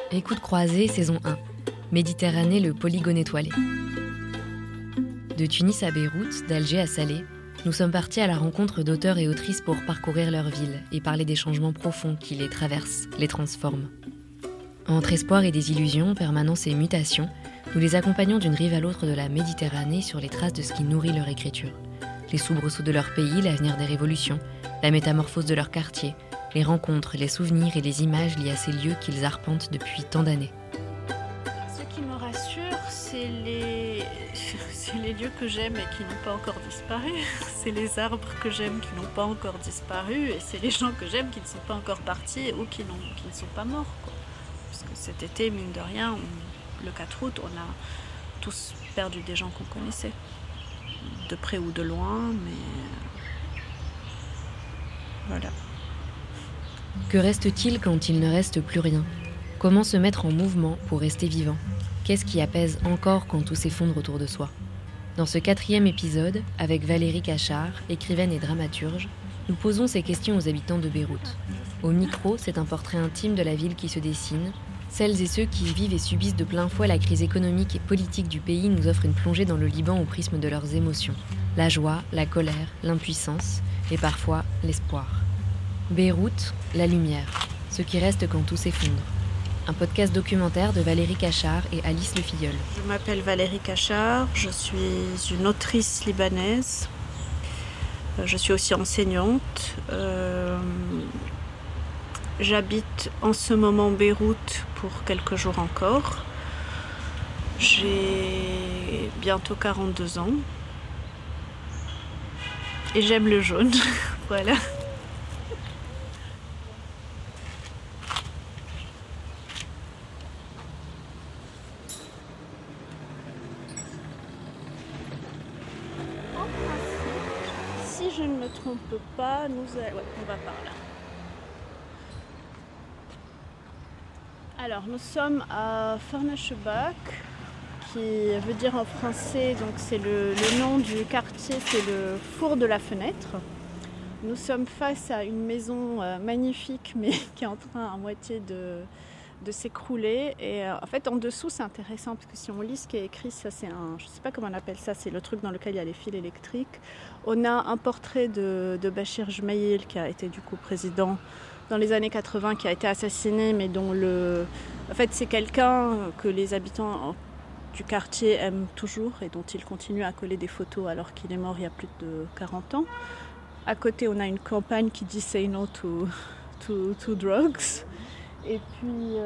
Écoute croisée, saison 1. Méditerranée, le polygone étoilé. De Tunis à Beyrouth, d'Alger à Salé, nous sommes partis à la rencontre d'auteurs et autrices pour parcourir leur ville et parler des changements profonds qui les traversent, les transforment. Entre espoir et désillusion, permanence et mutation, nous les accompagnons d'une rive à l'autre de la Méditerranée sur les traces de ce qui nourrit leur écriture. Les soubresauts de leur pays, l'avenir des révolutions, la métamorphose de leur quartier, les rencontres, les souvenirs et les images liées à ces lieux qu'ils arpentent depuis tant d'années. Ce qui me rassure, c'est les lieux que j'aime et qui n'ont pas encore disparu. C'est les arbres que j'aime qui n'ont pas encore disparu. Et c'est les gens que j'aime qui ne sont pas encore partis ou qui ne sont pas morts, quoi. Parce que cet été, mine de rien, le 4 août, on a tous perdu des gens qu'on connaissait. De près ou de loin, mais voilà. Que reste-t-il quand il ne reste plus rien ? Comment se mettre en mouvement pour rester vivant ? Qu'est-ce qui apaise encore quand tout s'effondre autour de soi ? Dans ce 4e épisode, avec Valérie Cachard, écrivaine et dramaturge, nous posons ces questions aux habitants de Beyrouth. Au micro, c'est un portrait intime de la ville qui se dessine. Celles et ceux qui vivent et subissent de plein fouet la crise économique et politique du pays nous offrent une plongée dans le Liban au prisme de leurs émotions. La joie, la colère, l'impuissance et parfois l'espoir. Beyrouth, la lumière, ce qui reste quand tout s'effondre. Un podcast documentaire de Valérie Cachard et Alice Le Filleul. Je m'appelle Valérie Cachard, je suis une autrice libanaise. Je suis aussi enseignante. J'habite en ce moment Beyrouth pour quelques jours encore. J'ai bientôt 42 ans. Et j'aime le jaune. Voilà. Si je ne me trompe pas, on va par là. Alors, nous sommes à Farnashebak, qui veut dire en français, donc c'est le nom du quartier, c'est le four de la fenêtre. Nous sommes face à une maison magnifique, mais qui est en train à moitié de s'écrouler. Et en fait, en dessous, c'est intéressant, parce que si on lit ce qui est écrit, ça c'est je ne sais pas comment on appelle ça, c'est le truc dans lequel il y a les fils électriques. On a un portrait de Bachir Gemayel, qui a été du coup président dans les années 80, qui a été assassiné, mais dont en fait, c'est quelqu'un que les habitants du quartier aiment toujours et dont ils continuent à coller des photos alors qu'il est mort il y a plus de 40 ans. À côté, on a une campagne qui dit « Say no to drugs ». Et puis,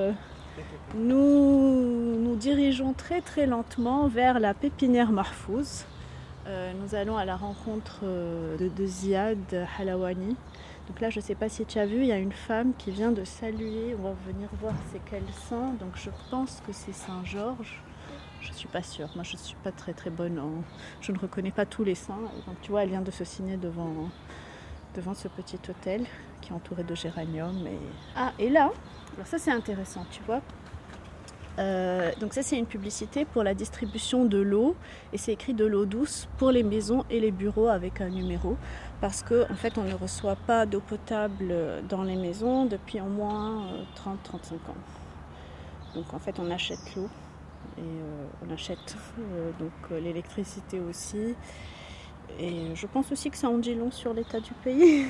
nous dirigeons très très lentement vers la pépinière Mahfouz. Nous allons à la rencontre de Ziad Halawani. Donc là, je ne sais pas si tu as vu, il y a une femme qui vient de saluer. On va venir voir c'est quel saint. Donc je pense que c'est Saint-Georges. Je ne suis pas sûre. Moi, je ne suis pas très très bonne. Je ne reconnais pas tous les saints. Et donc tu vois, elle vient de se signer devant ce petit hôtel qui est entouré de géraniums. Et là, alors ça c'est intéressant, tu vois. Donc ça c'est une publicité pour la distribution de l'eau et c'est écrit de l'eau douce pour les maisons et les bureaux avec un numéro parce qu'en fait on ne reçoit pas d'eau potable dans les maisons depuis au moins 30-35 ans. Donc en fait on achète l'eau et on achète donc l'électricité aussi et je pense aussi que ça en dit long sur l'état du pays.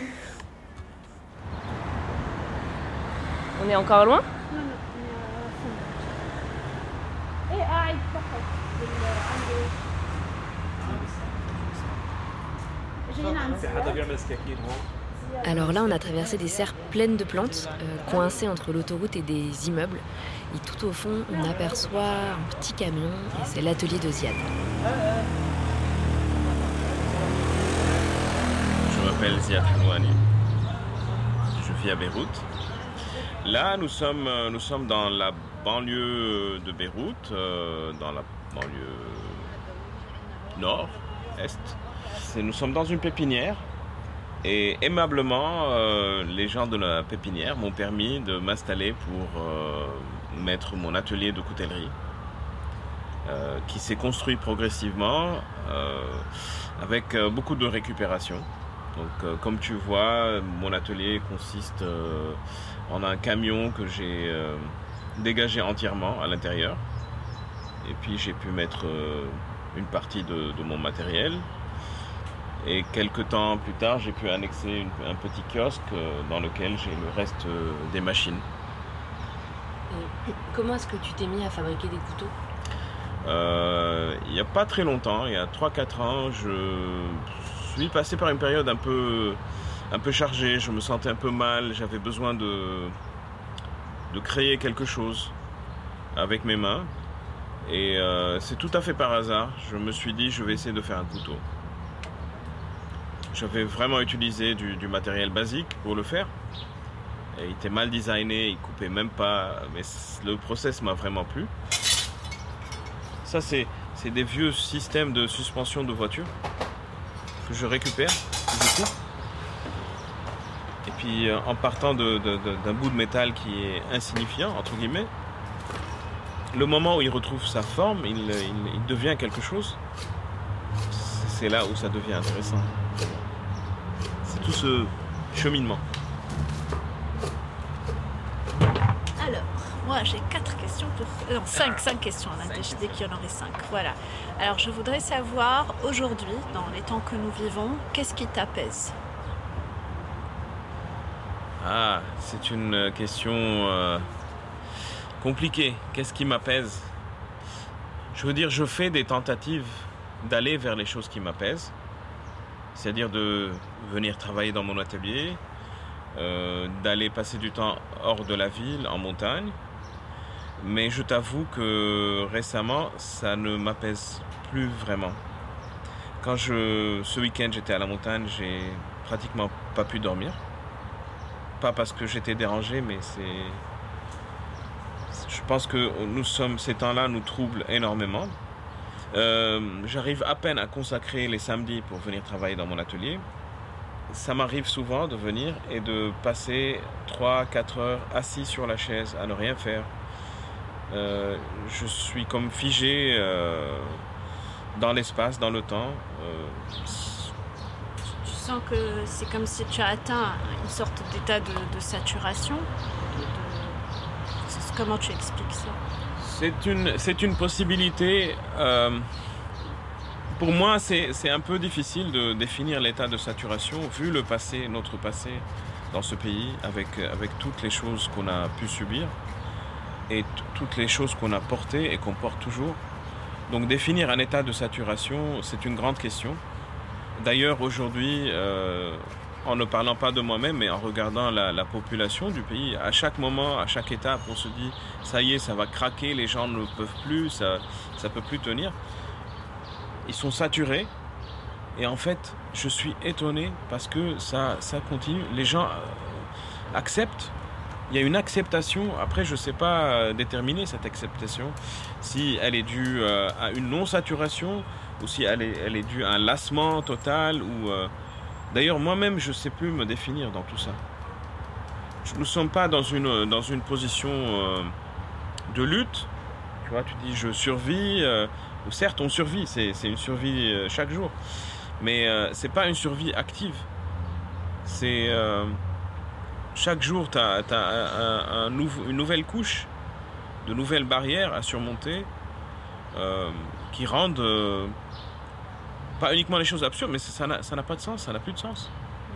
On est encore loin ? Alors là, on a traversé des serres pleines de plantes, coincées entre l'autoroute et des immeubles. Et tout au fond, on aperçoit un petit camion et c'est l'atelier de Ziad. Je m'appelle Ziad Halawani. Je vis à Beyrouth. Là, nous sommes dans la banlieue de Beyrouth, dans la banlieue nord, est. Nous sommes dans une pépinière et aimablement, les gens de la pépinière m'ont permis de m'installer pour mettre mon atelier de coutellerie qui s'est construit progressivement avec beaucoup de récupération. Donc, comme tu vois, mon atelier consiste en un camion que j'ai dégagé entièrement à l'intérieur. Et puis j'ai pu mettre une partie de mon matériel. Et quelques temps plus tard, j'ai pu annexer un petit kiosque dans lequel j'ai le reste des machines. Et comment est-ce que tu t'es mis à fabriquer des couteaux ? Il n'y a pas très longtemps, il y a 3-4 ans, je suis passé par une période un peu chargée. Je me sentais un peu mal, j'avais besoin de créer quelque chose avec mes mains. Et c'est tout à fait par hasard, je me suis dit je vais essayer de faire un couteau. J'avais vraiment utilisé du matériel basique pour le faire. Et il était mal designé, il coupait même pas, mais le process m'a vraiment plu. Ça, c'est des vieux systèmes de suspension de voiture que je récupère, que je coupe. Et puis, en partant d'un bout de métal qui est insignifiant, entre guillemets, le moment où il retrouve sa forme, il devient quelque chose. C'est là où ça devient intéressant. C'est tout ce cheminement. Alors, moi j'ai 4 questions pour... Non, 5 questions, on a décidé qu'il y en aurait 5. Voilà. Alors je voudrais savoir, aujourd'hui, dans les temps que nous vivons, qu'est-ce qui t'apaise ? Ah, c'est une question compliquée. Qu'est-ce qui m'apaise ? Je veux dire, je fais des tentatives d'aller vers les choses qui m'apaisent. C'est-à-dire de venir travailler dans mon atelier, d'aller passer du temps hors de la ville, en montagne. Mais je t'avoue que récemment, ça ne m'apaise plus vraiment. Ce week-end, j'étais à la montagne, j'ai pratiquement pas pu dormir. Pas parce que j'étais dérangé, mais je pense que ces temps-là nous troublent énormément. J'arrive à peine à consacrer les samedis pour venir travailler dans mon atelier. Ça m'arrive souvent de venir et de passer 3-4 heures assis sur la chaise à ne rien faire. Je suis comme figé dans l'espace, dans le temps. Tu sens que c'est comme si tu as atteint une sorte d'état de saturation. Comment tu expliques ça ? C'est une possibilité. Pour moi, c'est un peu difficile de définir l'état de saturation, vu notre passé dans ce pays, avec toutes les choses qu'on a pu subir et toutes les choses qu'on a portées et qu'on porte toujours. Donc définir un état de saturation, c'est une grande question. D'ailleurs, aujourd'hui, en ne parlant pas de moi-même, mais en regardant la population du pays, à chaque moment, à chaque étape, on se dit « ça y est, ça va craquer, les gens ne peuvent plus, ça ne peut plus tenir ». Ils sont saturés et en fait, je suis étonné parce que ça continue. Les gens acceptent. Il y a une acceptation. Après, je ne sais pas déterminer cette acceptation. Si elle est due à une non-saturation ou si elle est due à un lassement total ou... D'ailleurs, moi-même, je ne sais plus me définir dans tout ça. Nous ne sommes pas dans une position de lutte. Tu vois, tu dis je survis. Certes, on survit, c'est une survie chaque jour. Mais ce n'est pas une survie active. C'est chaque jour, tu as une nouvelle couche, de nouvelles barrières à surmonter qui rendent... pas uniquement les choses absurdes, mais ça n'a pas de sens, ça n'a plus de sens.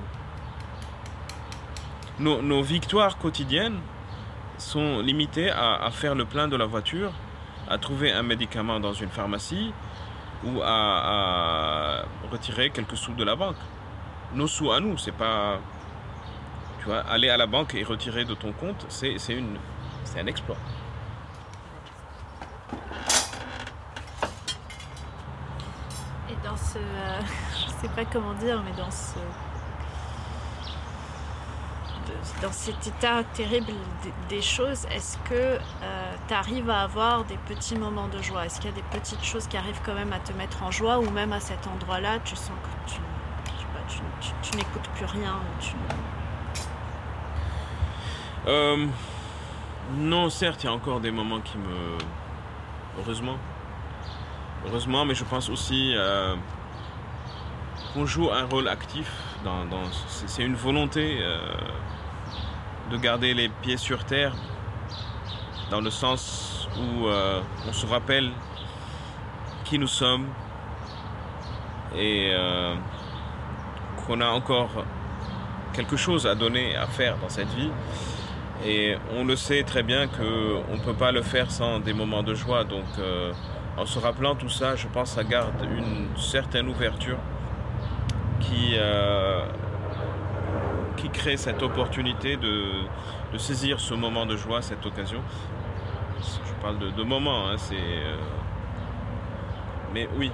Nos victoires quotidiennes sont limitées à faire le plein de la voiture, à trouver un médicament dans une pharmacie ou à retirer quelques sous de la banque. Nos sous à nous, c'est pas... Tu vois, aller à la banque et retirer de ton compte, c'est un exploit. Et dans ce... je sais pas comment dire, mais dans cet état terrible des choses, est-ce que tu arrives à avoir des petits moments de joie ? Est-ce qu'il y a des petites choses qui arrivent quand même à te mettre en joie, ou même à cet endroit-là, tu sens que tu n'écoutes plus rien Non, certes, il y a encore des moments qui me... Heureusement, mais je pense aussi qu'on joue un rôle actif. C'est une volonté de garder les pieds sur terre dans le sens où on se rappelle qui nous sommes et qu'on a encore quelque chose à donner, à faire dans cette vie. Et on le sait très bien qu'on ne peut pas le faire sans des moments de joie. Donc en se rappelant tout ça, je pense que ça garde une certaine ouverture qui crée cette opportunité de saisir ce moment de joie, cette occasion. Je parle de moment, hein, mais oui,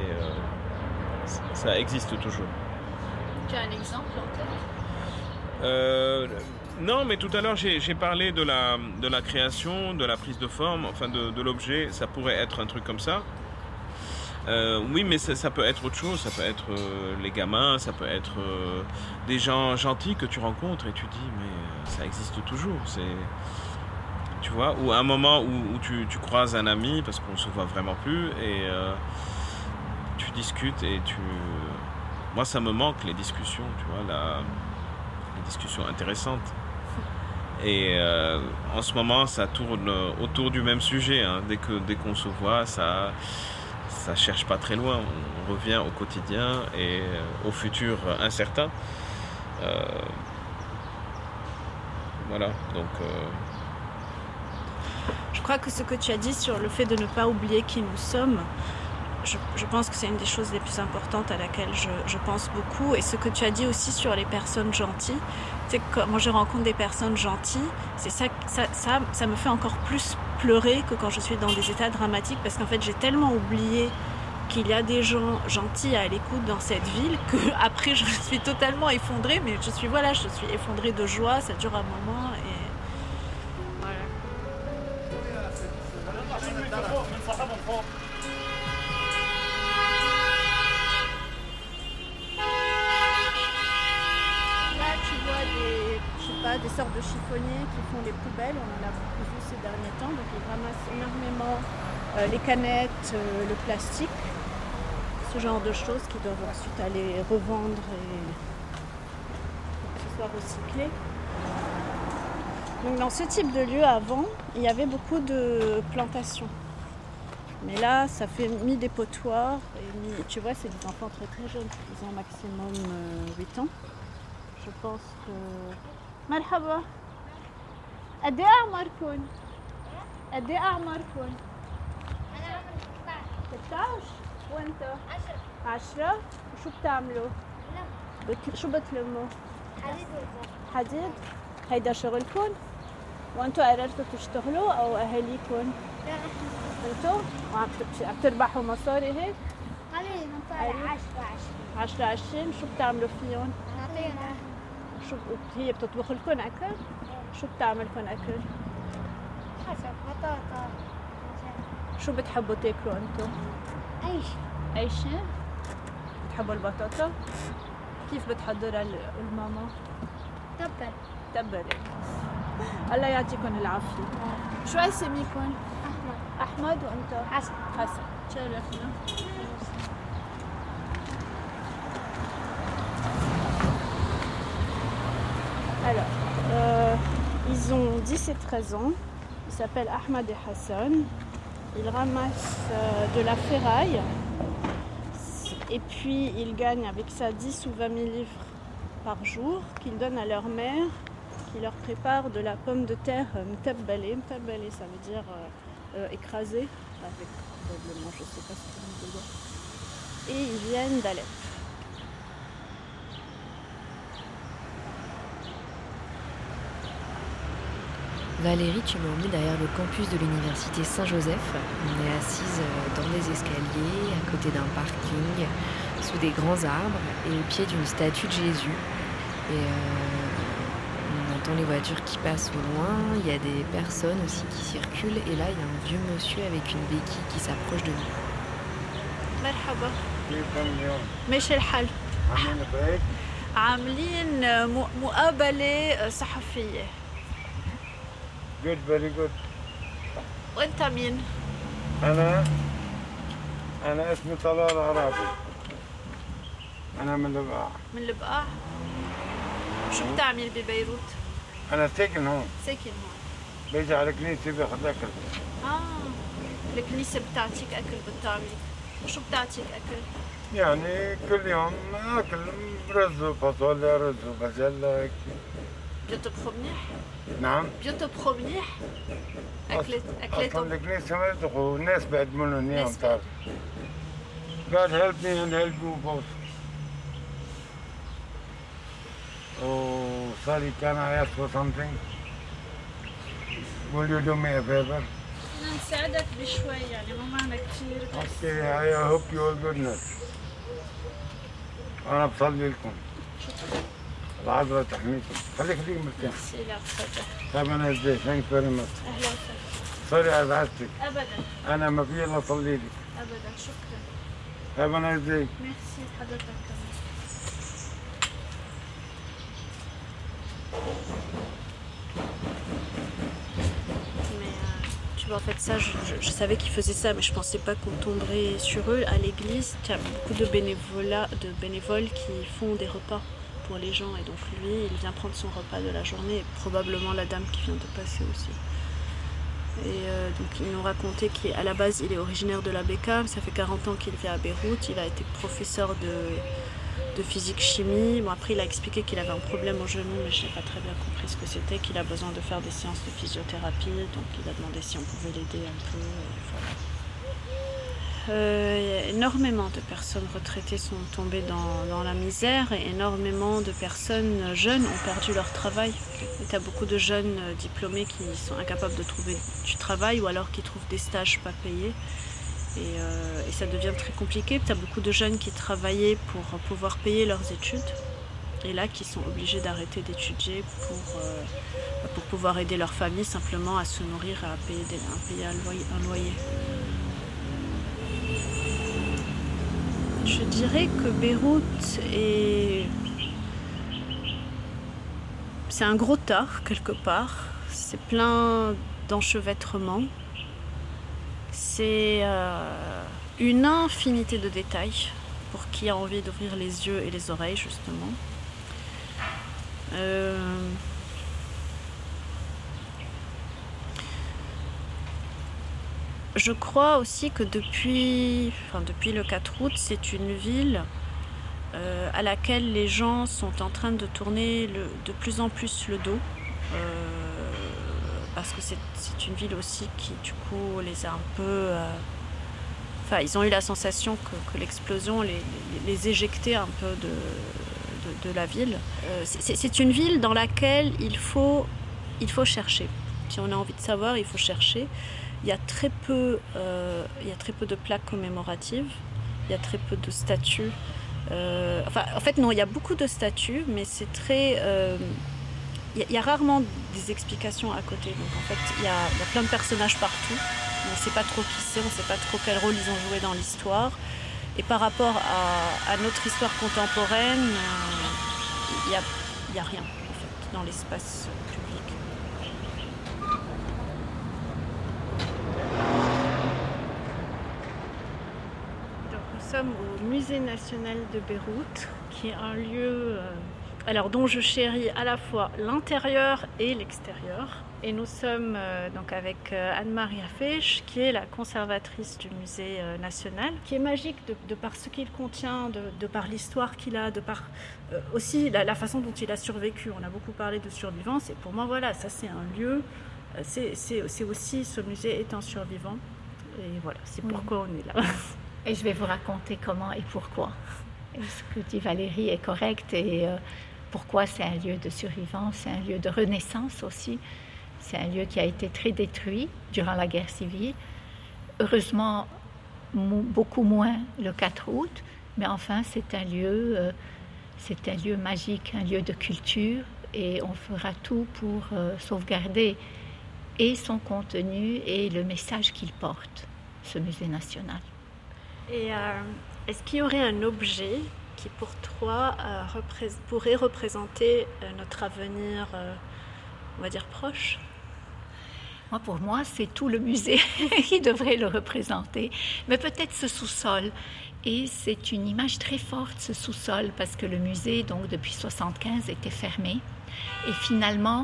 ça existe toujours. Tu as un exemple en tête? Non, mais tout à l'heure j'ai parlé de la création, de la prise de forme, enfin de l'objet. Ça pourrait être un truc comme ça. Oui, mais ça peut être autre chose. Ça peut être les gamins, ça peut être des gens gentils que tu rencontres et tu dis mais ça existe toujours. Tu vois, ou à un moment où tu croises un ami parce qu'on se voit vraiment plus et tu discutes et moi ça me manque les discussions, tu vois, les discussions intéressantes. Et en ce moment ça tourne autour du même sujet, hein. Dès qu'on se voit, ça cherche pas très loin, on revient au quotidien et au futur incertain. Voilà, donc Je crois que ce que tu as dit sur le fait de ne pas oublier qui nous sommes, je pense que c'est une des choses les plus importantes à laquelle je pense beaucoup. Et ce que tu as dit aussi sur les personnes gentilles, c'est que quand je rencontre des personnes gentilles, c'est ça me fait encore plus pleurer que quand je suis dans des états dramatiques, parce qu'en fait j'ai tellement oublié qu'il y a des gens gentils à l'écoute dans cette ville que après je suis totalement effondrée, mais je suis effondrée de joie, ça dure un moment et voilà. Là tu vois des sortes de chiffonniers qui font les poubelles, on en a beaucoup vu ces derniers temps, donc ils ramassent énormément les canettes, le plastique, ce genre de choses qui doivent ensuite aller revendre et pour que ce soit recyclé. Donc dans ce type de lieu avant, il y avait beaucoup de plantations. Mais là, ça fait mis des potoirs et tu vois, c'est des enfants très très jeunes, ils ont maximum 8 ans. Je pense que... Marhaba. قد ايه اعماركم؟ قد ايه اعماركم؟ 16 وانت 10 وشو بتعملوا؟ شو بتلموا؟ حديد؟ هيدا شغلكم؟ وانتوا قررتوا تشتغلوا او اهاليكم؟ انتوا؟ وعم تربحوا مصاري هيك؟ قليل نطلع 10 20 شو بتعملوا فيهم؟ نعطينا شو هي بتطبخ لكم اكل؟ شو بتعمل لكم اكل؟ حسب بطاطا شو بتحبوا تاكلوا انتم؟ اي شيء؟ بتحبوا البطاطا؟ كيف بتحضرها الماما؟ تبل الله يعطيكم العافية. شو اسميكم؟ أحمد وأنت؟ حسن. تشرفنا. Alors, ils ont 10 et 13 ans. Ils s'appellent Ahmad et Hassan. Ils ramassent de la ferraille. Et puis, ils gagnent avec ça 10 ou 20 000 livres par jour qu'ils donnent à leur mère, qui leur prépare de la pomme de terre mtabbali. Mtabbali, ça veut dire écrasée, avec probablement, je ne sais pas ce qu'il y a dedans. Et ils viennent d'Alep. Valérie, tu m'as emmenée derrière le campus de l'université Saint-Joseph. On est assise dans des escaliers, à côté d'un parking, sous des grands arbres et au pied d'une statue de Jésus. Et on entend les voitures qui passent au loin, il y a des personnes aussi qui circulent. Et là, il y a un vieux monsieur avec une béquille qui s'approche de nous. مرحبا. ماشي الحال. عاملين مقابلة صحفية. Good, very good. وانت مين؟ أنا اسمي طلال عرابي. أنا من البقاع. من البقاع؟ شو بتعمل ببيروت؟ أنا ساكن هون. ساكن هون. بيجي على الكنيسة بياخذ أكل. الكنيسة بتعطيك أكل بالطعمي. وشو بتعطيك أكل؟ يعني كل يوم أكل رز وفاصوليا رز وبسلة هيك. بيطبخوا منيح؟ نعم. بيطبخوا منيح؟ أصلاً الكنيسة ما يطبخوا والناس بيقدموا لهم إياهم تعرف. God help me and help you both. Oh, sorry, can I ask for something? Will you do me a favor? بدنا نساعدك بشوي يعني ما معنا كثير بس. Okay, I hope you all goodness. أنا بصلي لكم. العذراء تحميكم. خليك مرتاح. ميرسي لا تفضل. Have a nice day. Thanks very much. أهلا وسهلا. Sorry أزعجتك. أبدا. أنا ما في إلا أصلي لك. أبدا شكرا. Have a nice day. ميرسي حضرتك كمان. Tu vois, en fait, ça, je savais qu'ils faisaient ça, mais je pensais pas qu'on tomberait sur eux. À l'église, il y a beaucoup de bénévoles qui font des repas pour les gens. Et donc lui, il vient prendre son repas de la journée, et probablement la dame qui vient de passer aussi. Et donc il nous racontait qu'à la base, il est originaire de la Bekaa, ça fait 40 ans qu'il vit à Beyrouth, il a été professeur de physique-chimie. Bon, après, il a expliqué qu'il avait un problème au genou, mais je n'ai pas très bien compris ce que c'était, qu'il a besoin de faire des séances de physiothérapie, donc il a demandé si on pouvait l'aider un peu. Et voilà. Énormément de personnes retraitées sont tombées dans la misère et énormément de personnes jeunes ont perdu leur travail. Tu as beaucoup de jeunes diplômés qui sont incapables de trouver du travail ou alors qui trouvent des stages pas payés. Et ça devient très compliqué. Tu as beaucoup de jeunes qui travaillaient pour pouvoir payer leurs études et là qui sont obligés d'arrêter d'étudier pour pouvoir aider leur famille simplement à se nourrir et à payer un loyer. Je dirais que Beyrouth c'est un gros tas quelque part. C'est plein d'enchevêtrements. C'est une infinité de détails pour qui a envie d'ouvrir les yeux et les oreilles justement. Je crois aussi que depuis le 4 août, c'est une ville à laquelle les gens sont en train de tourner de plus en plus le dos. Parce que c'est une ville aussi qui, du coup, les a un peu... ils ont eu la sensation que l'explosion les éjectait un peu de la ville. C'est une ville dans laquelle il faut chercher. Si on a envie de savoir, il faut chercher. Il y a très peu de plaques commémoratives, il y a très peu de statues. En fait, non, il y a beaucoup de statues, mais c'est très... Il y a rarement des explications à côté. Donc, en fait, il y a plein de personnages partout. On ne sait pas trop qui c'est, on ne sait pas trop quel rôle ils ont joué dans l'histoire. Et par rapport à notre histoire contemporaine, il y a rien, en fait, dans l'espace public. Nous sommes au Musée national de Beyrouth, qui est un lieu dont je chéris à la fois l'intérieur et l'extérieur. Et nous sommes donc avec Anne-Marie Afesh, qui est la conservatrice du musée national, qui est magique de par ce qu'il contient, de par l'histoire qu'il a, de par aussi la façon dont il a survécu. On a beaucoup parlé de survivance et pour moi, voilà, ça c'est un lieu, c'est aussi, ce musée est un survivant. Et voilà, c'est pourquoi on est là. Et je vais vous raconter comment et pourquoi. Et ce que dit Valérie est correct et pourquoi c'est un lieu de survivance, c'est un lieu de renaissance aussi. C'est un lieu qui a été très détruit durant la guerre civile. Heureusement, beaucoup moins le 4 août, mais enfin c'est un lieu magique, un lieu de culture et on fera tout pour sauvegarder et son contenu et le message qu'il porte, ce musée national. Et est-ce qu'il y aurait un objet qui pour toi pourrait représenter notre avenir, on va dire proche ? Pour moi, c'est tout le musée qui devrait le représenter. Mais peut-être ce sous-sol. Et c'est une image très forte, ce sous-sol, parce que le musée, donc depuis 1975, était fermé. Et finalement,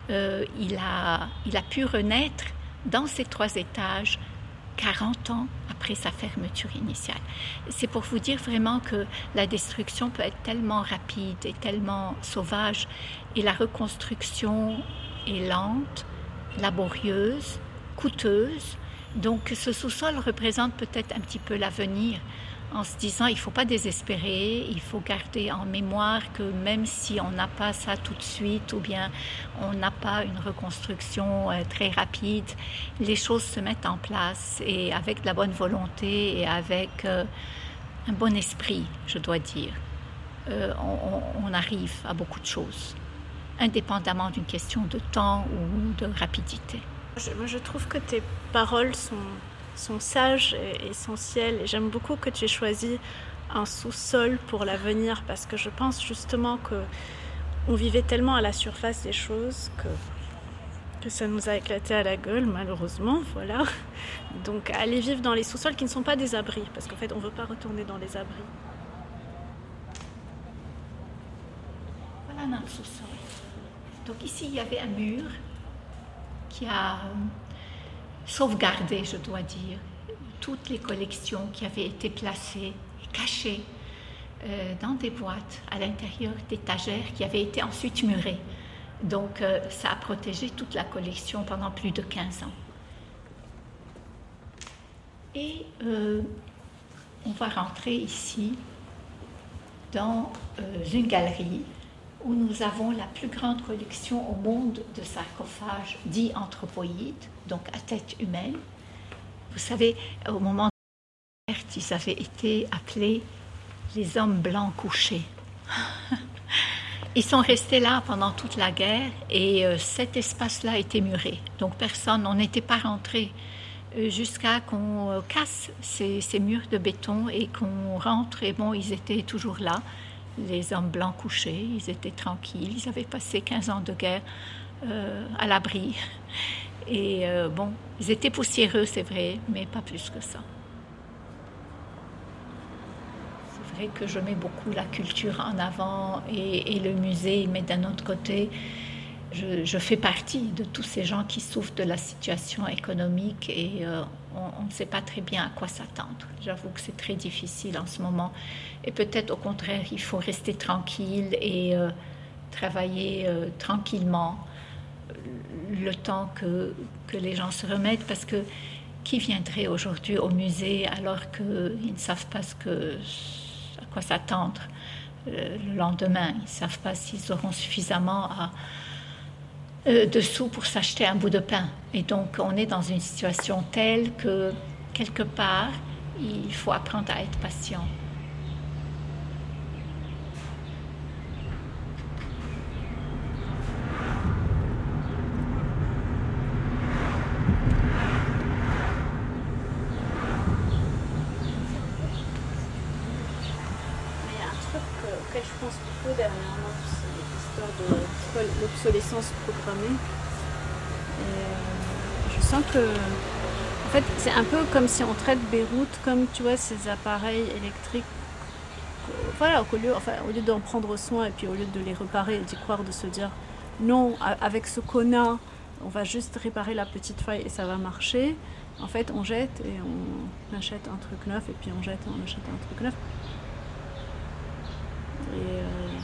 il a pu renaître dans ces 3 étages 40 ans après sa fermeture initiale. C'est pour vous dire vraiment que la destruction peut être tellement rapide et tellement sauvage, et la reconstruction est lente, laborieuse, coûteuse. Donc ce sous-sol représente peut-être un petit peu l'avenir, en se disant il ne faut pas désespérer, il faut garder en mémoire que même si on n'a pas ça tout de suite ou bien on n'a pas une reconstruction très rapide, les choses se mettent en place, et avec de la bonne volonté et avec un bon esprit, je dois dire, on arrive à beaucoup de choses, indépendamment d'une question de temps ou de rapidité. Je trouve que tes paroles sont sages et essentielles, et j'aime beaucoup que tu aies choisi un sous-sol pour l'avenir, parce que je pense justement qu'on vivait tellement à la surface des choses que ça nous a éclaté à la gueule, malheureusement, voilà. Donc aller vivre dans les sous-sols qui ne sont pas des abris, parce qu'en fait on ne veut pas retourner dans les abris. Voilà notre sous-sol. Donc ici il y avait un mur qui a sauvegardé, je dois dire, toutes les collections qui avaient été placées, cachées dans des boîtes à l'intérieur d'étagères qui avaient été ensuite murées. Donc ça a protégé toute la collection pendant plus de 15 ans. Et on va rentrer ici dans une galerie où nous avons la plus grande collection au monde de sarcophages dits anthropoïdes, donc à tête humaine. Vous savez, au moment de la perte, ils avaient été appelés les hommes blancs couchés. Ils sont restés là pendant toute la guerre, et cet espace-là a été muré. Donc on n'était pas rentré jusqu'à qu'on casse ces murs de béton et qu'on rentre. Et bon, ils étaient toujours là. Les hommes blancs couchés, ils étaient tranquilles, ils avaient passé 15 ans de guerre à l'abri. Et bon, ils étaient poussiéreux, c'est vrai, mais pas plus que ça. C'est vrai que je mets beaucoup la culture en avant et le musée, mais d'un autre côté, je fais partie de tous ces gens qui souffrent de la situation économique, et on ne sait pas très bien à quoi s'attendre. J'avoue que c'est très difficile en ce moment. Et peut-être au contraire, il faut rester tranquille et travailler tranquillement le temps que les gens se remettent, parce que qui viendrait aujourd'hui au musée alors qu'ils ne savent pas à quoi s'attendre le lendemain. Ils ne savent pas s'ils auront suffisamment de sous pour s'acheter un bout de pain. Et donc, on est dans une situation telle que, quelque part, il faut apprendre à être patient. Il y a un truc auquel je pense beaucoup dernièrement, c'est l'histoire de l'obsolescence programmée. Et je sens que, en fait, c'est un peu comme si on traite Beyrouth comme, tu vois, ces appareils électriques. Voilà, au lieu d'en prendre soin et puis au lieu de les réparer et d'y croire, de se dire non, avec ce qu'on a, on va juste réparer la petite faille et ça va marcher. En fait, on jette et on achète un truc neuf, et puis on jette et on achète un truc neuf. Et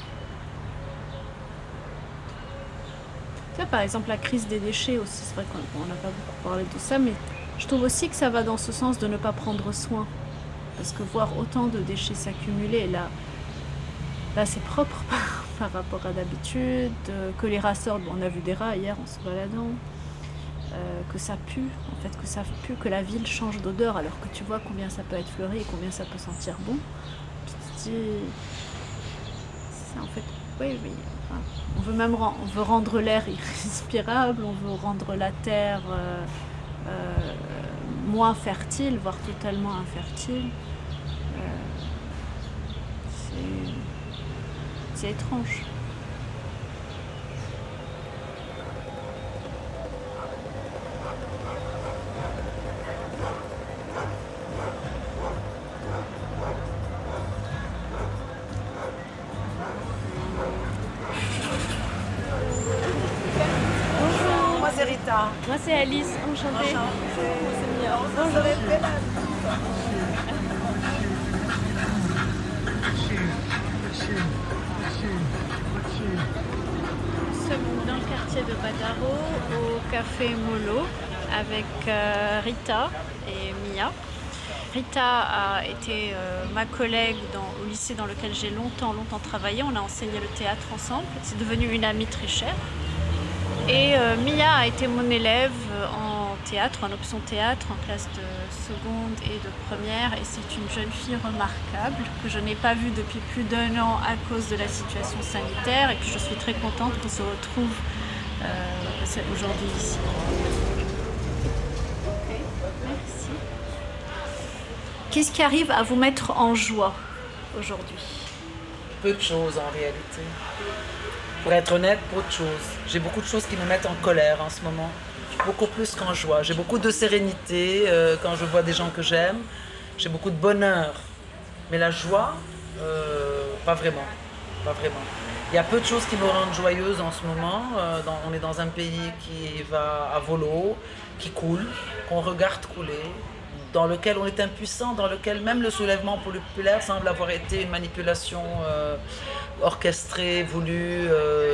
tu vois, par exemple, la crise des déchets aussi, c'est vrai qu'on n'a pas beaucoup parlé de ça, mais je trouve aussi que ça va dans ce sens de ne pas prendre soin. Parce que voir autant de déchets s'accumuler, là c'est propre par rapport à d'habitude, que les rats sortent, on a vu des rats hier en se baladant, que ça pue, en fait, que ça pue, que la ville change d'odeur, alors que tu vois combien ça peut être fleuri et combien ça peut sentir bon. Tu te dis, c'est en fait, oui, on veut rendre l'air irrespirable, on veut rendre la terre moins fertile, voire totalement infertile. C'est étrange. Rita. Moi c'est Alice, enchantée. C'est Mia. Bonjour. Nous sommes dans le quartier de Badaro, au café Molo, avec Rita et Mia. Rita a été ma collègue au lycée dans lequel j'ai longtemps travaillé. On a enseigné le théâtre ensemble. C'est devenu une amie très chère. Et Mia a été mon élève en théâtre, en option théâtre, en classe de seconde et de première. Et c'est une jeune fille remarquable que je n'ai pas vue depuis plus d'1 an à cause de la situation sanitaire et que je suis très contente qu'on se retrouve aujourd'hui ici. Okay. Merci. Qu'est-ce qui arrive à vous mettre en joie aujourd'hui? Peu de choses en réalité. Pour être honnête, peu de choses. J'ai beaucoup de choses qui me mettent en colère en ce moment. Beaucoup plus qu'en joie. J'ai beaucoup de sérénité quand je vois des gens que j'aime. J'ai beaucoup de bonheur. Mais la joie, pas vraiment. Pas vraiment. Il y a peu de choses qui me rendent joyeuse en ce moment. On est dans un pays qui va à volo, qui coule, qu'on regarde couler, dans lequel on est impuissant, dans lequel même le soulèvement populaire semble avoir été une manipulation orchestrée, voulue,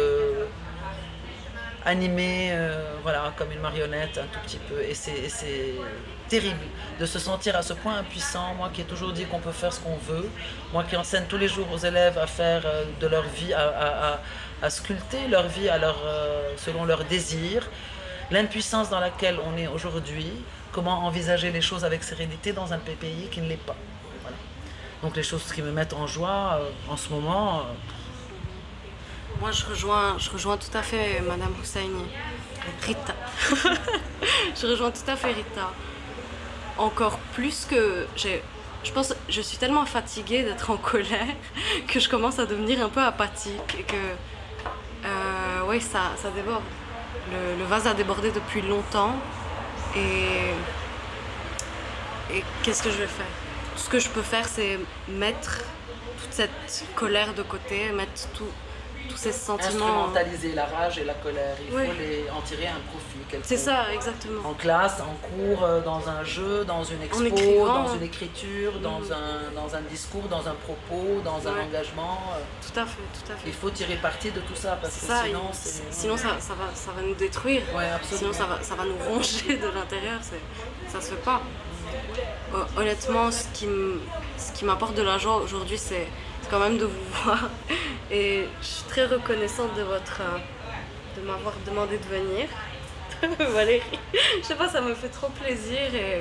animée, voilà, comme une marionnette un tout petit peu. Et c'est terrible de se sentir à ce point impuissant, moi qui ai toujours dit qu'on peut faire ce qu'on veut, moi qui enseigne tous les jours aux élèves à faire de leur vie, à sculpter leur vie selon leurs désirs, l'impuissance dans laquelle on est aujourd'hui, comment envisager les choses avec sérénité dans un pays qui ne l'est pas. Voilà. Donc les choses qui me mettent en joie en ce moment... Moi je rejoins tout à fait Madame Husseini, Rita. Je rejoins tout à fait Rita. Encore plus que je pense je suis tellement fatiguée d'être en colère que je commence à devenir un peu apathique et que oui ça déborde. Le vase a débordé depuis longtemps et qu'est-ce que je vais faire? Tout ce que je peux faire c'est mettre toute cette colère de côté, mettre tous ces sentiments... Instrumentaliser la rage et la colère, il faut en tirer un profit. C'est ça, exactement. En classe, en cours, dans un jeu, dans une expo, dans une écriture, dans un discours, dans un propos, dans un engagement. Tout à fait. Il faut tirer parti de tout ça, parce que sinon ça va nous détruire. Ouais, absolument. Sinon ça va nous ronger de l'intérieur, ça se fait pas. Honnêtement, ce qui m'apporte de la joie aujourd'hui, c'est quand même de vous voir et je suis très reconnaissante de m'avoir demandé de venir. Valérie, je sais pas, ça me fait trop plaisir et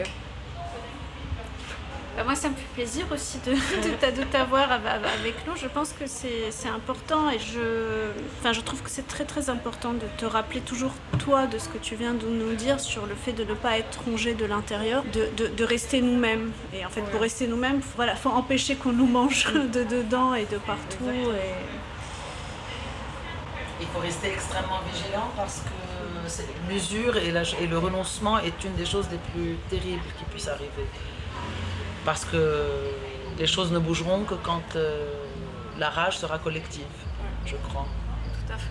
moi ça me fait plaisir aussi de t'avoir avec nous. Je pense que c'est important et je trouve que c'est très très important de te rappeler toujours toi de ce que tu viens de nous dire sur le fait de ne pas être rongé de l'intérieur, de rester nous-mêmes. Et en fait pour rester nous-mêmes, faut empêcher qu'on nous mange de dedans et de partout. Et... Il faut rester extrêmement vigilant parce que l'usure et le renoncement est une des choses les plus terribles qui puissent arriver. Parce que les choses ne bougeront que quand la rage sera collective, je crois. Tout à fait.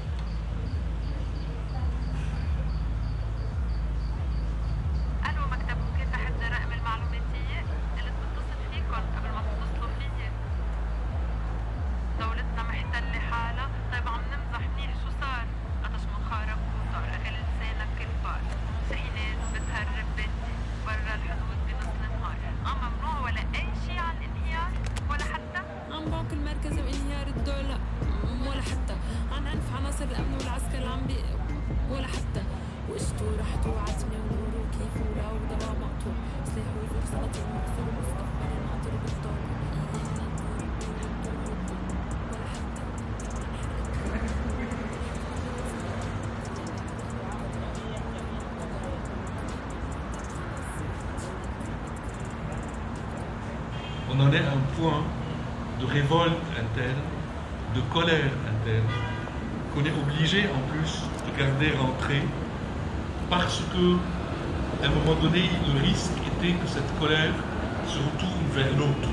On en est à un point de révolte interne, de colère interne, qu'on est obligé en plus de garder rentrée parce que, à un moment donné, le risque était que cette colère se retourne vers l'autre.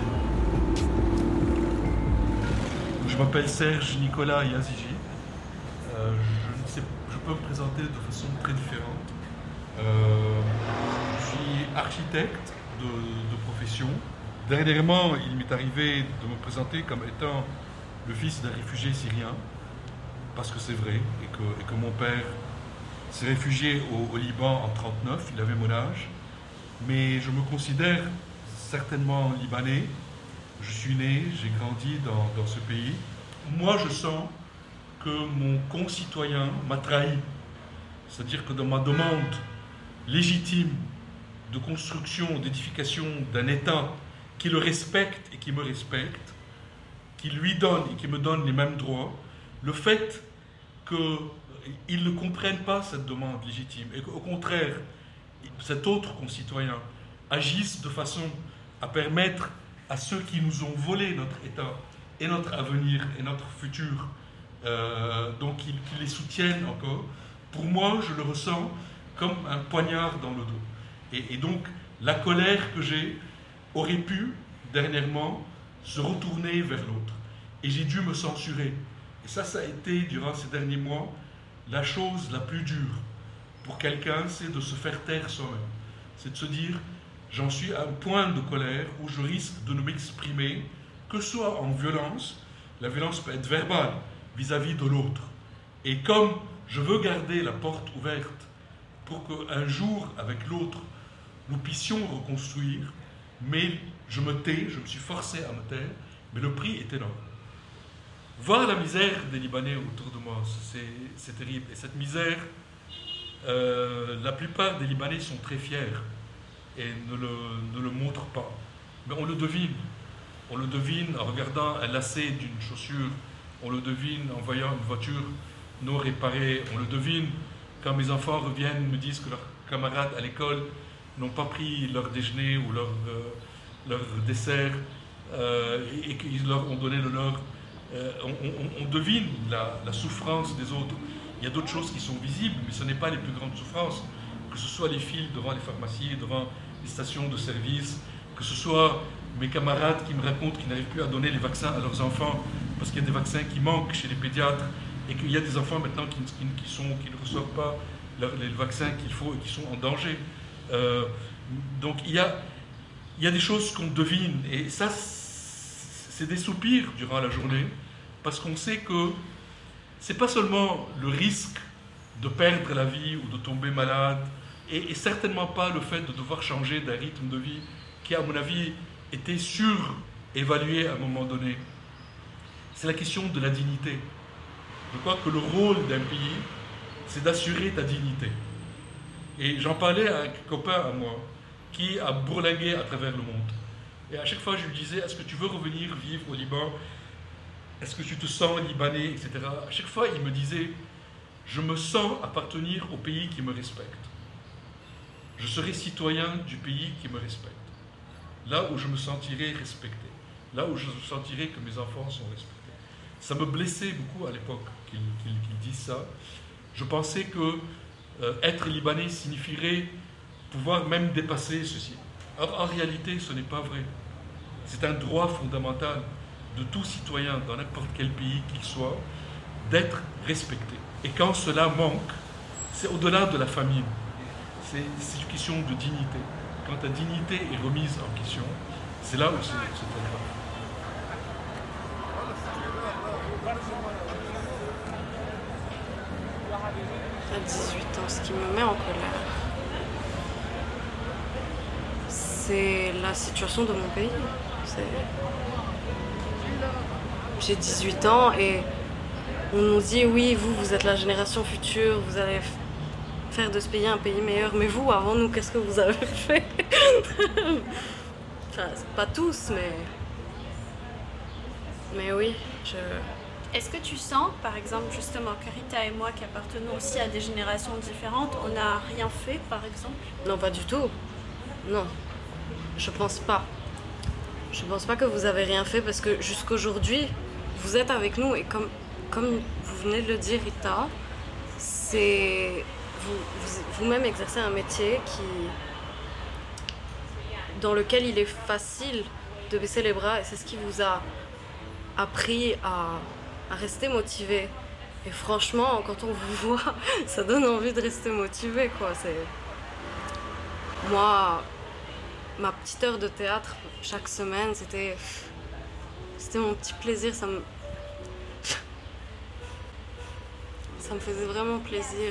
Je m'appelle Serge Nicolas Yazigi. Je peux me présenter de façon très différente. Je suis architecte de profession. Dernièrement, il m'est arrivé de me présenter comme étant le fils d'un réfugié syrien, parce que c'est vrai, et que mon père s'est réfugié au Liban en 1939, il avait mon âge, mais je me considère certainement libanais. Je suis né, j'ai grandi dans ce pays. Moi, je sens que mon concitoyen m'a trahi. C'est-à-dire que dans ma demande légitime de construction, d'édification d'un État qui le respecte et qui me respecte, qui lui donne et qui me donne les mêmes droits, le fait qu'ils ne comprennent pas cette demande légitime et qu'au contraire, cet autre concitoyen agisse de façon à permettre à ceux qui nous ont volé notre État et notre avenir et notre futur, donc qu'ils les soutiennent encore, pour moi, je le ressens comme un poignard dans le dos. Et donc, la colère que j'ai aurait pu, dernièrement, se retourner vers l'autre. Et j'ai dû me censurer. Et ça a été, durant ces derniers mois, la chose la plus dure pour quelqu'un, c'est de se faire taire soi-même. C'est de se dire, j'en suis à un point de colère où je risque de ne m'exprimer que soit en violence. La violence peut être verbale vis-à-vis de l'autre. Et comme je veux garder la porte ouverte pour qu'un jour, avec l'autre, nous puissions reconstruire, mais je me tais, je me suis forcé à me taire, mais le prix est énorme. Voir la misère des Libanais autour de moi, c'est terrible. Et cette misère, la plupart des Libanais sont très fiers et ne le montrent pas. Mais on le devine. On le devine en regardant un lacet d'une chaussure, on le devine en voyant une voiture non réparée, on le devine quand mes enfants reviennent, me disent que leurs camarades à l'école n'ont pas pris leur déjeuner ou leur dessert et qu'ils leur ont donné le leur. On devine la souffrance des autres. Il y a d'autres choses qui sont visibles, mais ce n'est pas les plus grandes souffrances. Que ce soit les files devant les pharmacies, devant les stations de service, que ce soit mes camarades qui me racontent qu'ils n'arrivent plus à donner les vaccins à leurs enfants parce qu'il y a des vaccins qui manquent chez les pédiatres et qu'il y a des enfants maintenant qui ne reçoivent pas les vaccins qu'il faut et qui sont en danger. Donc il y a des choses qu'on devine, et ça, c'est des soupirs durant la journée, parce qu'on sait que c'est pas seulement le risque de perdre la vie ou de tomber malade, et certainement pas le fait de devoir changer d'un rythme de vie qui, à mon avis, était surévalué à un moment donné. C'est la question de la dignité. Je crois que le rôle d'un pays, c'est d'assurer ta dignité. Et j'en parlais à un copain à moi qui a bourlingué à travers le monde. Et à chaque fois, je lui disais, est-ce que tu veux revenir vivre au Liban? Est-ce que tu te sens libanais, etc. À chaque fois, il me disait, je me sens appartenir au pays qui me respecte. Je serai citoyen du pays qui me respecte. Là où je me sentirai respecté. Là où je sentirai que mes enfants sont respectés. Ça me blessait beaucoup à l'époque qu'il dise ça. Je pensais que être libanais signifierait pouvoir même dépasser ceci. Or, en réalité, ce n'est pas vrai. C'est un droit fondamental de tout citoyen dans n'importe quel pays qu'il soit d'être respecté. Et quand cela manque, c'est au-delà de la famine. C'est une question de dignité. Quand ta dignité est remise en question, c'est là où c'est très grave. À 18 ans, ce qui me met en colère, c'est la situation de mon pays. J'ai 18 ans et on nous dit oui, vous êtes la génération future, vous allez faire de ce pays un pays meilleur. Mais vous, avant nous, qu'est-ce que vous avez fait? Enfin, pas tous, mais oui, Est-ce que tu sens, par exemple, justement, que Rita et moi, qui appartenons aussi à des générations différentes, on n'a rien fait, par exemple? Non, pas du tout. Non, je pense pas. Je pense pas que vous avez rien fait parce que jusqu'aujourd'hui, vous êtes avec nous et comme vous venez de le dire, Rita, c'est vous-même exercez un métier dans lequel il est facile de baisser les bras et c'est ce qui vous a appris à rester motivé. Et franchement, quand on vous voit, ça donne envie de rester motivé, quoi. Moi, ma petite heure de théâtre chaque semaine, c'était mon petit plaisir. Ça me faisait vraiment plaisir.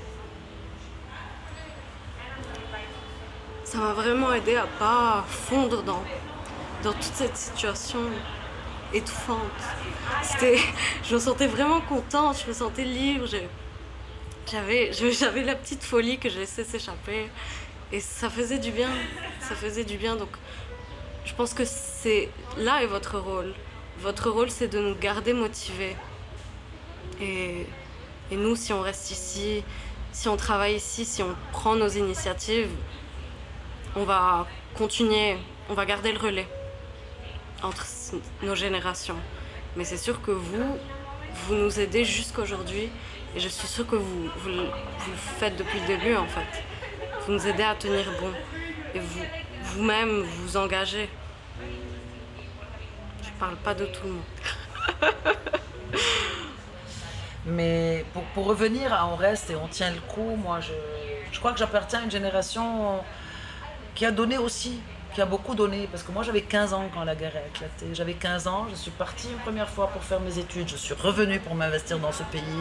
Ça m'a vraiment aidé à pas fondre dans toute cette situation étouffante. Je me sentais vraiment contente, je me sentais libre. J'avais la petite folie que je laissais s'échapper. Et ça faisait du bien. Ça faisait du bien. Donc, je pense que là est votre rôle. Votre rôle, c'est de nous garder motivés. Et nous, si on reste ici, si on travaille ici, si on prend nos initiatives, on va continuer, on va garder le relais entre nos générations. Mais c'est sûr que vous nous aidez jusqu'aujourd'hui. Et je suis sûre que vous le faites depuis le début, en fait. Vous nous aidez à tenir bon. Et vous-même, vous engagez. Je parle pas de tout le monde. Mais pour revenir à On reste et on tient le coup, moi je crois que j'appartiens à une génération qui a donné aussi, qui a beaucoup donné. Parce que moi j'avais 15 ans quand la guerre a éclaté. J'avais 15 ans, je suis partie une première fois pour faire mes études. Je suis revenue pour m'investir dans ce pays.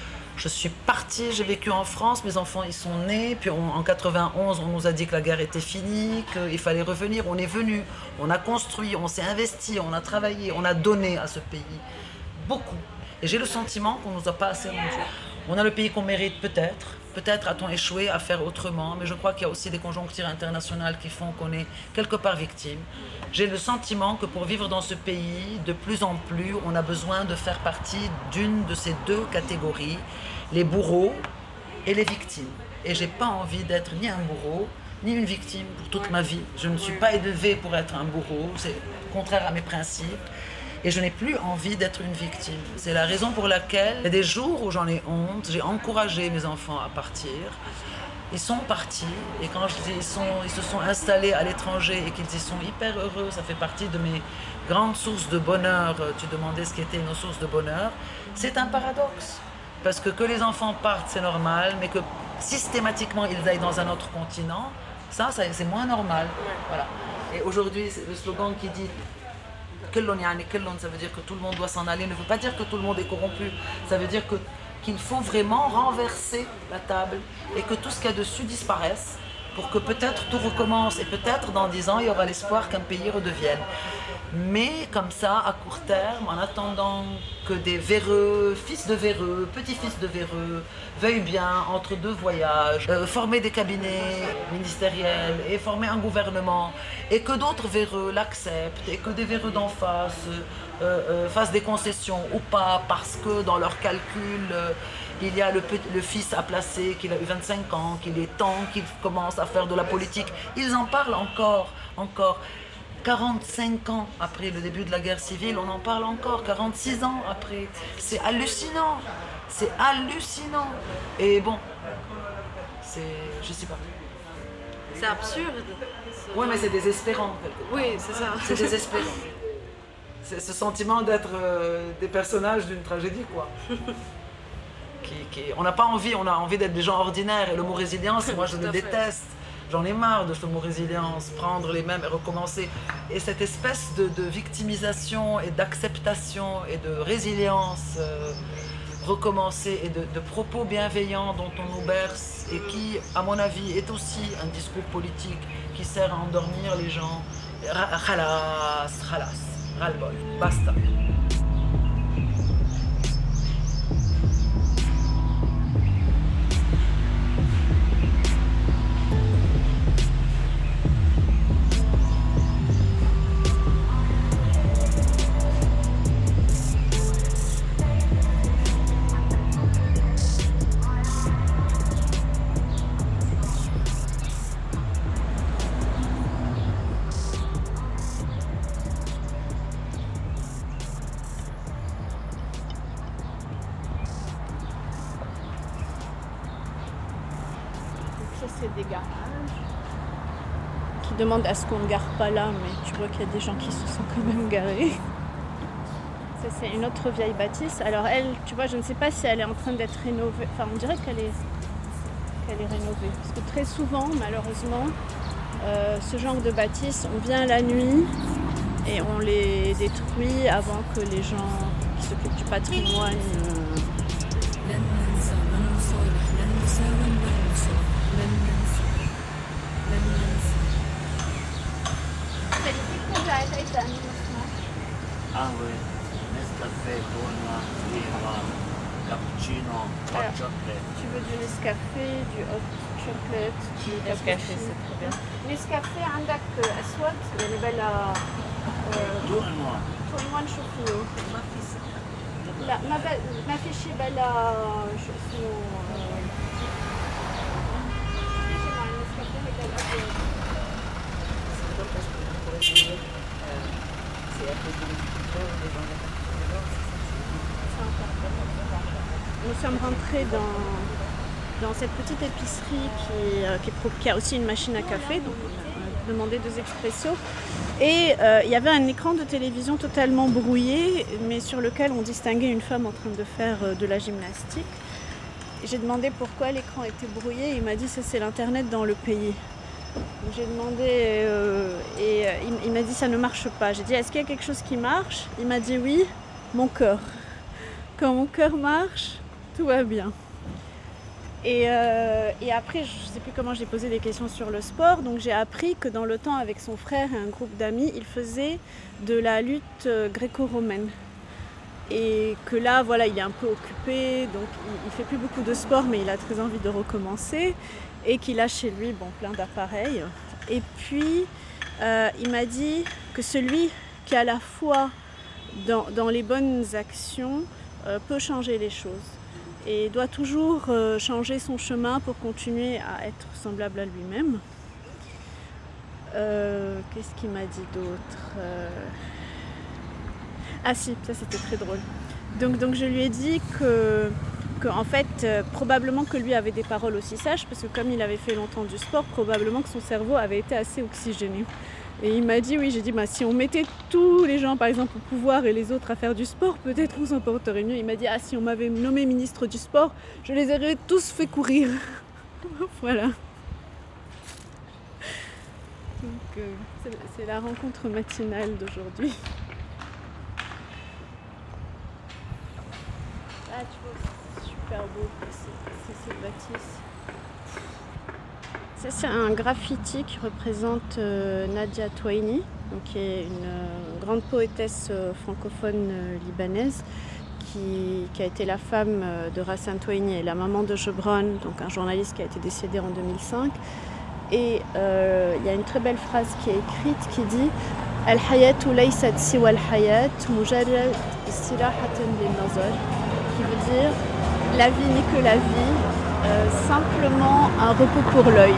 Je suis partie, j'ai vécu en France, mes enfants ils sont nés, puis en 91 on nous a dit que la guerre était finie, qu'il fallait revenir, on est venu, on a construit, on s'est investi, on a travaillé, on a donné à ce pays, beaucoup. Et j'ai le sentiment qu'on ne nous a pas assez rendu. On a le pays qu'on mérite peut-être a-t-on échoué à faire autrement, mais je crois qu'il y a aussi des conjonctures internationales qui font qu'on est quelque part victime. J'ai le sentiment que pour vivre dans ce pays, de plus en plus, on a besoin de faire partie d'une de ces deux catégories, les bourreaux et les victimes. Et j'ai pas envie d'être ni un bourreau, ni une victime pour toute ma vie. Je ne suis pas élevée pour être un bourreau, c'est contraire à mes principes. Et je n'ai plus envie d'être une victime. C'est la raison pour laquelle, il y a des jours où j'en ai honte, j'ai encouragé mes enfants à partir. Ils sont partis, et quand je dis ils se sont installés à l'étranger et qu'ils y sont hyper heureux, ça fait partie de mes grandes sources de bonheur. Tu demandais ce qu'étaient nos sources de bonheur. C'est un paradoxe. Parce que les enfants partent, c'est normal, mais que systématiquement ils aillent dans un autre continent, ça c'est moins normal. Voilà. Et aujourd'hui, le slogan qui dit Kellon, ça veut dire que tout le monde doit s'en aller, ne veut pas dire que tout le monde est corrompu. Ça veut dire qu'il faut vraiment renverser la table et que tout ce qu'il y a dessus disparaisse pour que peut-être tout recommence et peut-être dans 10 ans il y aura l'espoir qu'un pays redevienne. Mais comme ça, à court terme, en attendant que des véreux, fils de véreux, petits-fils de véreux, veuillent bien, entre deux voyages, former des cabinets ministériels et former un gouvernement, et que d'autres véreux l'acceptent, et que des véreux d'en face fassent des concessions ou pas, parce que dans leurs calculs, il y a le fils à placer, qu'il a eu 25 ans, qu'il est temps qu'il commence à faire de la politique. Ils en parlent encore. 45 ans après le début de la guerre civile, on en parle encore, 46 ans après. C'est hallucinant. Et bon, je sais pas. C'est absurde. Oui, mais c'est désespérant. Oui, c'est ça. C'est désespérant. C'est ce sentiment d'être des personnages d'une tragédie, quoi. On n'a pas envie, on a envie d'être des gens ordinaires. Et le mot résilience, moi je le déteste. J'en ai marre de ce mot résilience, prendre les mêmes et recommencer. Et cette espèce de victimisation et d'acceptation et de résilience recommencer et de propos bienveillants dont on nous berce et qui, à mon avis, est aussi un discours politique qui sert à endormir les gens. Khalas, ras-le-bol, basta. C'est des garages qui demandent à ce qu'on ne gare pas là, mais tu vois qu'il y a des gens qui se sont quand même garés. Ça, c'est une autre vieille bâtisse. Alors elle, tu vois, je ne sais pas si elle est en train d'être rénovée. Enfin, on dirait qu'elle est qu'elle est rénovée. Parce que très souvent, malheureusement, ce genre de bâtisses, on vient la nuit et on les détruit avant que les gens qui s'occupent du patrimoine... Ah oui, Nescafé, Bournois, Vivra, cappuccino, hot chocolate. Tu veux du Nescafé, du hot chocolate, du Nescafé, c'est très bien. Nescafé عندك أسود يعني بلا Tout en noir. tout le monde نشوف فيه. ما في سكر. لا ما في شيء بلا شو اسمه يجي مع النسكافيه هذا الأبيض. Nous sommes rentrés dans cette petite épicerie qui a aussi une machine à café, donc on a demandé 2 expressos. Et il y avait un écran de télévision totalement brouillé, mais sur lequel on distinguait une femme en train de faire de la gymnastique. Et j'ai demandé pourquoi l'écran était brouillé, il m'a dit que c'est l'internet dans le pays. Donc j'ai demandé et il m'a dit ça ne marche pas. J'ai dit est-ce qu'il y a quelque chose qui marche? Il m'a dit oui, mon cœur. Quand mon cœur marche, tout va bien. Et après, je ne sais plus comment j'ai posé des questions sur le sport, donc j'ai appris que dans le temps, avec son frère et un groupe d'amis, il faisait de la lutte gréco-romaine. Et que là, voilà, il est un peu occupé, donc il fait plus beaucoup de sport, mais il a très envie de recommencer. Et qu'il a chez lui plein d'appareils. Et puis, il m'a dit que celui qui a la foi dans les bonnes actions peut changer les choses. Et doit toujours changer son chemin pour continuer à être semblable à lui-même. Qu'est-ce qu'il m'a dit d'autre Ah si, ça c'était très drôle. Donc je lui ai dit que en fait, probablement que lui avait des paroles aussi sages, parce que comme il avait fait longtemps du sport, probablement que son cerveau avait été assez oxygéné. Et il m'a dit, oui, j'ai dit, si on mettait tous les gens, par exemple, au pouvoir et les autres à faire du sport, peut-être on s'en porterait mieux. Il m'a dit, si on m'avait nommé ministre du sport, je les aurais tous fait courir. Voilà. Donc, c'est la rencontre matinale d'aujourd'hui. Ah, tu vois, c'est super beau, ces bâtisses. Ça, c'est un graffiti qui représente Nadia Touaini, donc, qui est une grande poétesse francophone libanaise qui a été la femme de Rassan Touaini et la maman de Gebran, donc un journaliste qui a été décédé en 2005. Et il y a une très belle phrase qui est écrite qui dit « Al-hayatu laysat siwa al-hayat, mujarrad istirahatan lin-nazar » qui veut dire « La vie n'est que la vie ». Simplement un repos pour l'œil.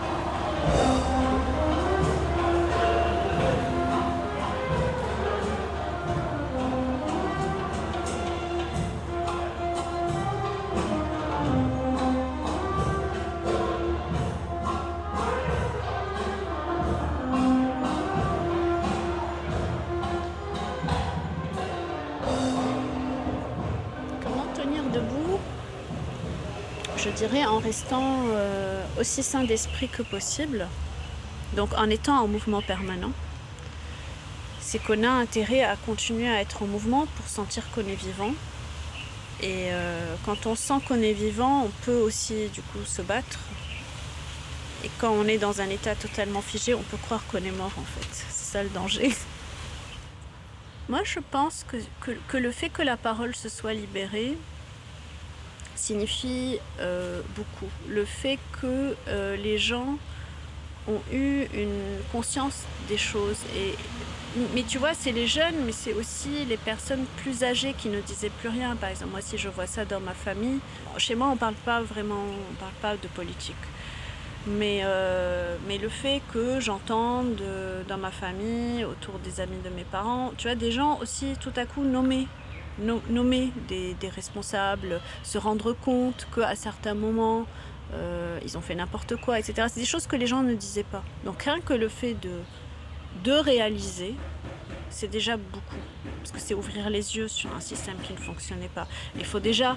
Comment tenir debout ? Je dirais en restant aussi sain d'esprit que possible, donc en étant en mouvement permanent. C'est qu'on a intérêt à continuer à être en mouvement pour sentir qu'on est vivant. Et quand on sent qu'on est vivant, on peut aussi du coup se battre. Et quand on est dans un état totalement figé, on peut croire qu'on est mort en fait. C'est ça le danger. Moi je pense que le fait que la parole se soit libérée signifie beaucoup. Le fait que les gens ont eu une conscience des choses. Mais tu vois, c'est les jeunes, mais c'est aussi les personnes plus âgées qui ne disaient plus rien. Par exemple, moi, si je vois ça dans ma famille, chez moi, on parle pas de politique. Mais le fait que j'entende dans ma famille, autour des amis de mes parents, tu vois, des gens aussi tout à coup nommer des responsables, se rendre compte qu'à certains moments, ils ont fait n'importe quoi, etc. C'est des choses que les gens ne disaient pas. Donc rien que le fait de réaliser, c'est déjà beaucoup. Parce que c'est ouvrir les yeux sur un système qui ne fonctionnait pas. Il faut déjà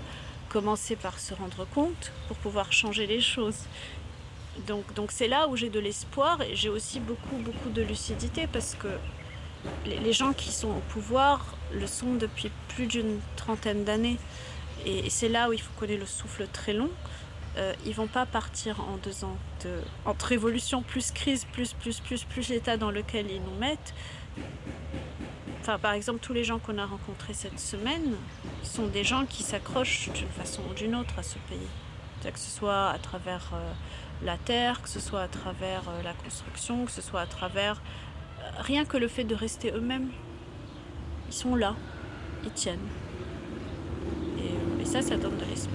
commencer par se rendre compte pour pouvoir changer les choses. Donc c'est là où j'ai de l'espoir et j'ai aussi beaucoup de lucidité parce que les gens qui sont au pouvoir le sont depuis plus d'une trentaine d'années. Et c'est là où il faut qu'on ait le souffle très long. Ils ne vont pas partir en 2 ans entre révolution plus crise, plus l'état dans lequel ils nous mettent. Enfin, par exemple, tous les gens qu'on a rencontrés cette semaine sont des gens qui s'accrochent d'une façon ou d'une autre à ce pays. C'est-à-dire que ce soit à travers la terre, que ce soit à travers la construction, que ce soit à travers rien que le fait de rester eux-mêmes. Ils sont là, ils tiennent. Et ça donne de l'espoir.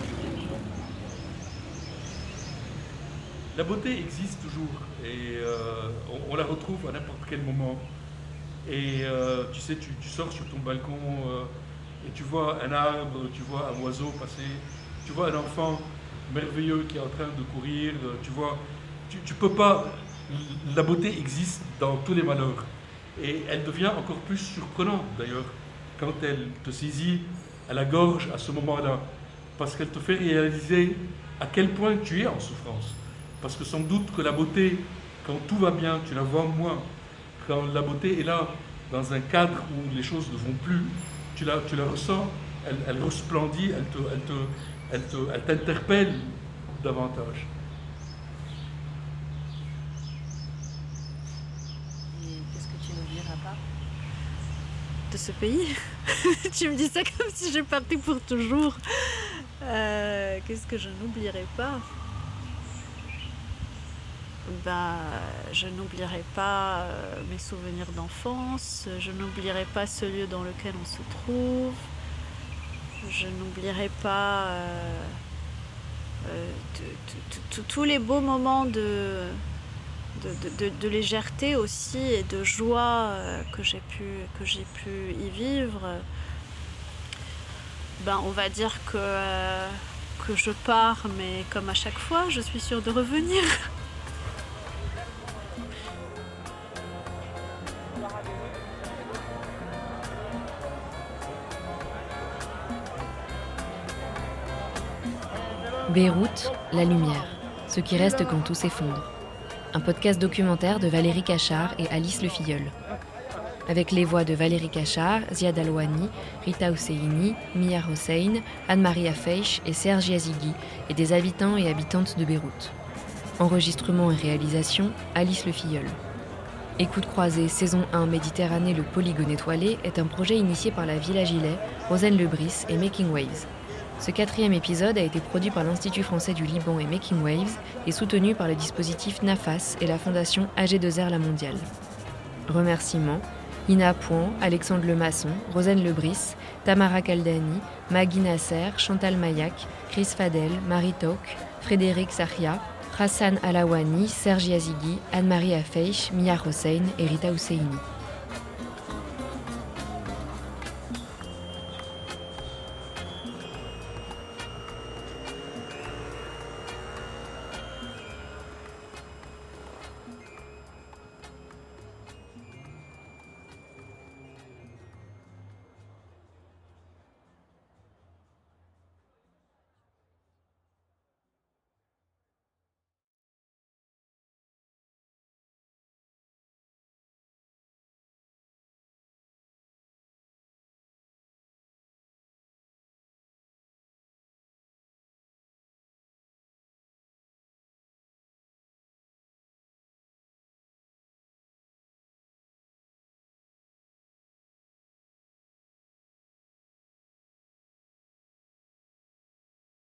La beauté existe toujours et on la retrouve à n'importe quel moment. Et tu sais, tu sors sur ton balcon et tu vois un arbre, tu vois un oiseau passer, tu vois un enfant merveilleux qui est en train de courir, tu peux pas. La beauté existe dans tous les malheurs et elle devient encore plus surprenante d'ailleurs quand elle te saisit à la gorge à ce moment-là, parce qu'elle te fait réaliser à quel point tu es en souffrance. Parce que sans doute que la beauté, quand tout va bien, tu la vois moins. Quand la beauté est là, dans un cadre où les choses ne vont plus, tu la ressens, elle resplendit, elle t'interpelle davantage. Et qu'est-ce que tu n'oublieras pas de ce pays? Tu me dis ça comme si j'ai parti pour toujours. Qu'est-ce que je n'oublierai pas? Je n'oublierai pas mes souvenirs d'enfance, je n'oublierai pas ce lieu dans lequel on se trouve, je n'oublierai pas tous les beaux moments de légèreté aussi et de joie que j'ai pu y vivre. On va dire que je pars, mais comme à chaque fois, je suis sûre de revenir. Beyrouth, la lumière, ce qui reste quand tout s'effondre. Un podcast documentaire de Valérie Cachard et Alice Le Filleul. Avec les voix de Valérie Cachard, Ziad Alouani, Rita Husseini, Mia Hossein, Anne-Marie Afeish et Serge Yazigui et des habitants et habitantes de Beyrouth. Enregistrement et réalisation, Alice Le Filleul. Écoute croisée, saison 1, Méditerranée, le polygone étoilé est un projet initié par la Villa Gilet, Rosen Lebris et Making Waves. Ce 4e épisode a été produit par l'Institut français du Liban et Making Waves et soutenu par le dispositif NAFAS et la fondation AG2R La Mondiale. Remerciements Ina Pouan, Alexandre Lemasson, Rosen Lebris, Tamara Kaldani, Maggie Nasser, Chantal Mayak, Chris Fadel, Marie Tok, Frédéric Sahia, Hassan Alawani, Serge Yazigui, Anne-Marie Afeish, Mia Hossein et Rita Husseini.